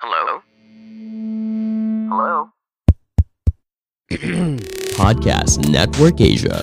Hello? Hello? Podcast Network Asia.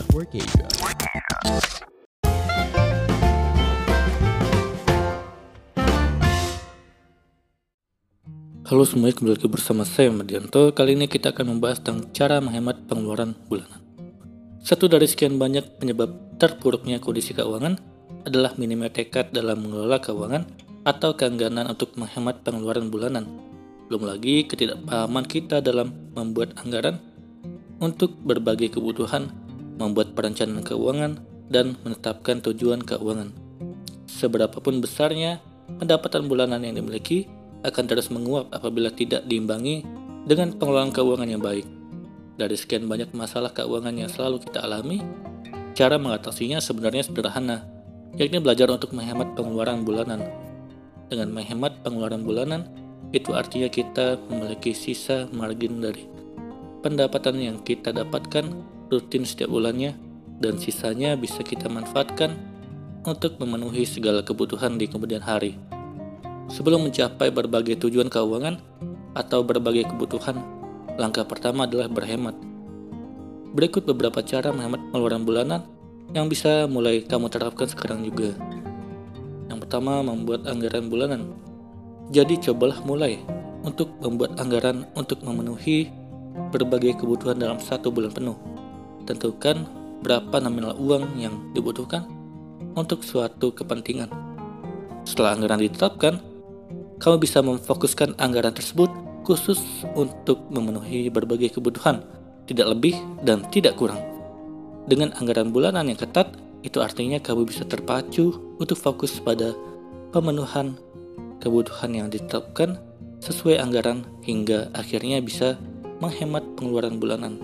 Halo semuanya, kembali lagi bersama saya Mardianto. Kali ini kita akan membahas tentang cara menghemat pengeluaran bulanan. Satu dari sekian banyak penyebab terpuruknya kondisi keuangan adalah minimnya tekad dalam mengelola keuangan atau keengganan untuk menghemat pengeluaran bulanan. Belum lagi ketidakpahaman kita dalam membuat anggaran untuk berbagai kebutuhan, membuat perencanaan keuangan, dan menetapkan tujuan keuangan. Seberapapun besarnya pendapatan bulanan yang dimiliki akan terus menguap apabila tidak diimbangi dengan pengelolaan keuangan yang baik. Dari sekian banyak masalah keuangan yang selalu kita alami, cara mengatasinya sebenarnya sederhana, yakni belajar untuk menghemat pengeluaran bulanan. Dengan menghemat pengeluaran bulanan, itu artinya kita memiliki sisa margin dari pendapatan yang kita dapatkan rutin setiap bulannya, dan sisanya bisa kita manfaatkan untuk memenuhi segala kebutuhan di kemudian hari. Sebelum mencapai berbagai tujuan keuangan atau berbagai kebutuhan, langkah pertama adalah berhemat. Berikut beberapa cara menghemat pengeluaran bulanan yang bisa mulai kamu terapkan sekarang juga. Yang pertama, membuat anggaran bulanan. Jadi cobalah mulai untuk membuat anggaran untuk memenuhi berbagai kebutuhan dalam satu bulan penuh. Tentukan berapa nominal uang yang dibutuhkan untuk suatu kepentingan. Setelah anggaran ditetapkan, kamu bisa memfokuskan anggaran tersebut khusus untuk memenuhi berbagai kebutuhan, tidak lebih dan tidak kurang. Dengan anggaran bulanan yang ketat, itu artinya kamu bisa terpacu untuk fokus pada pemenuhan kebutuhan yang ditetapkan sesuai anggaran hingga akhirnya bisa menghemat pengeluaran bulanan.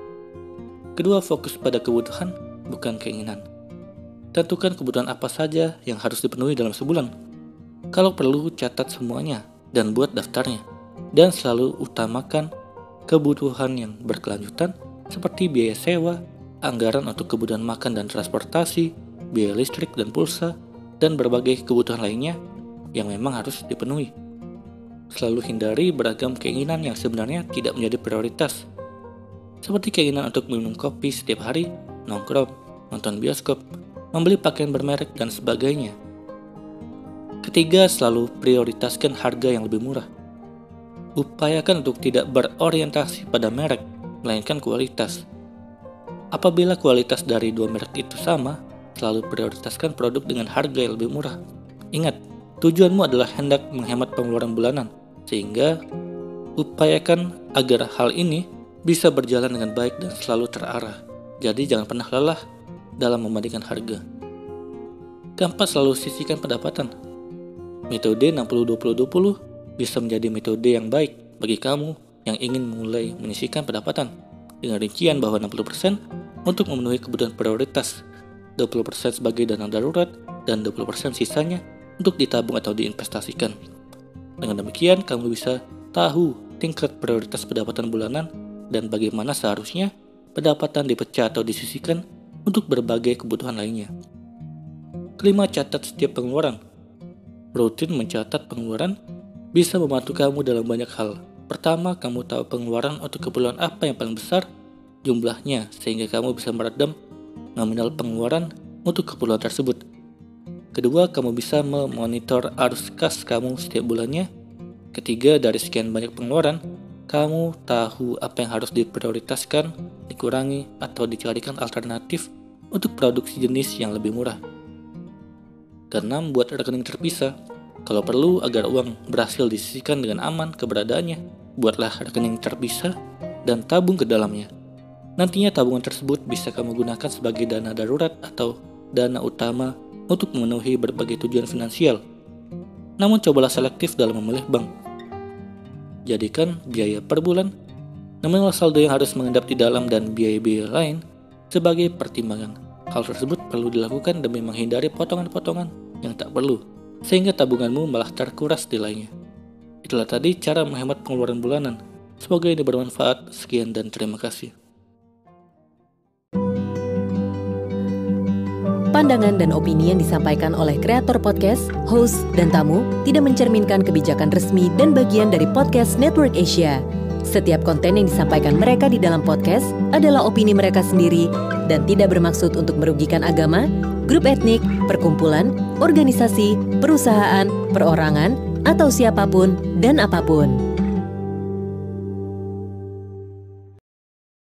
Kedua, fokus pada kebutuhan, bukan keinginan. Tentukan kebutuhan apa saja yang harus dipenuhi dalam sebulan. Kalau perlu, catat semuanya dan buat daftarnya. Dan selalu utamakan kebutuhan yang berkelanjutan seperti biaya sewa, anggaran untuk kebutuhan makan dan transportasi, biaya listrik dan pulsa, dan berbagai kebutuhan lainnya yang memang harus dipenuhi. Selalu hindari beragam keinginan yang sebenarnya tidak menjadi prioritas, seperti keinginan untuk minum kopi setiap hari, nongkrong, nonton bioskop, membeli pakaian bermerek, dan sebagainya. Ketiga, selalu prioritaskan harga yang lebih murah. Upayakan untuk tidak berorientasi pada merek, melainkan kualitas. Apabila kualitas dari dua merek itu sama, selalu prioritaskan produk dengan harga yang lebih murah. Ingat, tujuanmu adalah hendak menghemat pengeluaran bulanan, sehingga upayakan agar hal ini bisa berjalan dengan baik dan selalu terarah. Jadi jangan pernah lelah dalam membandingkan harga. Keempat, selalu sisihkan pendapatan. Metode 60-20-20 bisa menjadi metode yang baik bagi kamu yang ingin mulai menyisihkan pendapatan dengan rincian bahwa 60% untuk memenuhi kebutuhan prioritas, 20% sebagai dana darurat, dan 20% sisanya untuk ditabung atau diinvestasikan. Dengan demikian, kamu bisa tahu tingkat prioritas pendapatan bulanan dan bagaimana seharusnya pendapatan dipecah atau disisihkan untuk berbagai kebutuhan lainnya. Kelima, catat setiap pengeluaran. Rutin mencatat pengeluaran bisa membantu kamu dalam banyak hal. Pertama, kamu tahu pengeluaran untuk keperluan apa yang paling besar jumlahnya, sehingga kamu bisa meredam nominal pengeluaran untuk keperluan tersebut. Kedua, kamu bisa memonitor arus kas kamu setiap bulannya. Ketiga, dari sekian banyak pengeluaran, kamu tahu apa yang harus diprioritaskan, dikurangi, atau dicarikan alternatif untuk produksi jenis yang lebih murah. Keenam, buat rekening terpisah. Kalau perlu, agar uang berhasil disisihkan dengan aman keberadaannya, buatlah rekening terpisah dan tabung ke dalamnya. Nantinya tabungan tersebut bisa kamu gunakan sebagai dana darurat atau dana utama untuk memenuhi berbagai tujuan finansial. Namun cobalah selektif dalam memilih bank. Jadikan biaya per bulan, nominal saldo yang harus mengendap di dalam, dan biaya-biaya lain sebagai pertimbangan. Hal tersebut perlu dilakukan demi menghindari potongan-potongan yang tak perlu, sehingga tabunganmu malah terkuras nilainya. Itulah tadi cara menghemat pengeluaran bulanan. Semoga ini bermanfaat. Sekian dan terima kasih. pandangan dan opini yang disampaikan oleh kreator podcast, host, dan tamu tidak mencerminkan kebijakan resmi dan bagian dari podcast Network Asia. Setiap konten yang disampaikan mereka di dalam podcast adalah opini mereka sendiri dan tidak bermaksud untuk merugikan agama, grup etnik, perkumpulan, organisasi, perusahaan, perorangan, atau siapapun dan apapun.